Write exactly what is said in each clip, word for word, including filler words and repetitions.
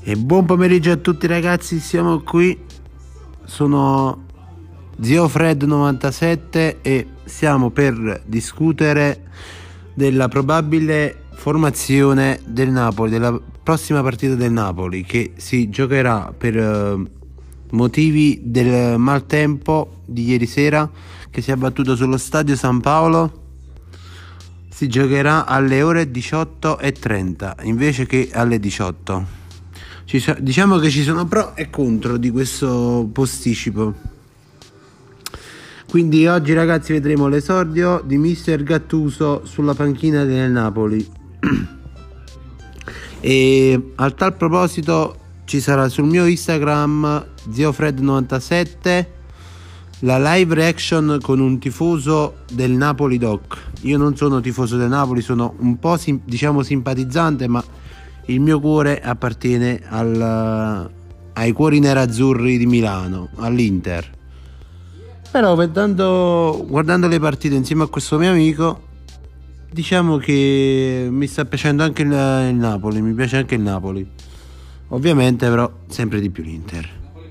E buon pomeriggio a tutti ragazzi, siamo qui, sono Zio Fred novantasette e stiamo per discutere della probabile formazione del Napoli, della prossima partita del Napoli che si giocherà per uh, motivi del maltempo di ieri sera che si è abbattuto sullo stadio San Paolo. Si giocherà alle ore diciotto e trenta invece che alle diciotto. Ci so, diciamo che ci sono pro e contro di questo posticipo. Quindi oggi ragazzi vedremo l'esordio di mister Gattuso sulla panchina del Napoli. E a tal proposito ci sarà sul mio Instagram Zio Fred novantasette la live reaction con un tifoso del Napoli doc. Io non sono tifoso del Napoli, sono un po' sim- diciamo simpatizzante, ma il mio cuore appartiene al, ai cuori nerazzurri di Milano, all'Inter. Però guardando, guardando le partite insieme a questo mio amico, diciamo che mi sta piacendo anche il, il Napoli, mi piace anche il Napoli. Ovviamente però sempre di più l'Inter.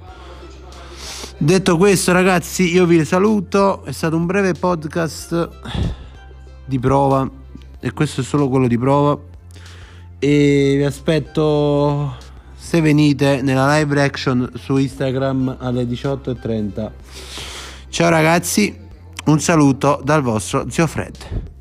Detto questo ragazzi, io vi saluto, è stato un breve podcast di prova e questo è solo quello di prova. E vi aspetto se venite nella live reaction su Instagram alle diciotto e trenta. Ciao ragazzi, un saluto dal vostro Zio Fred.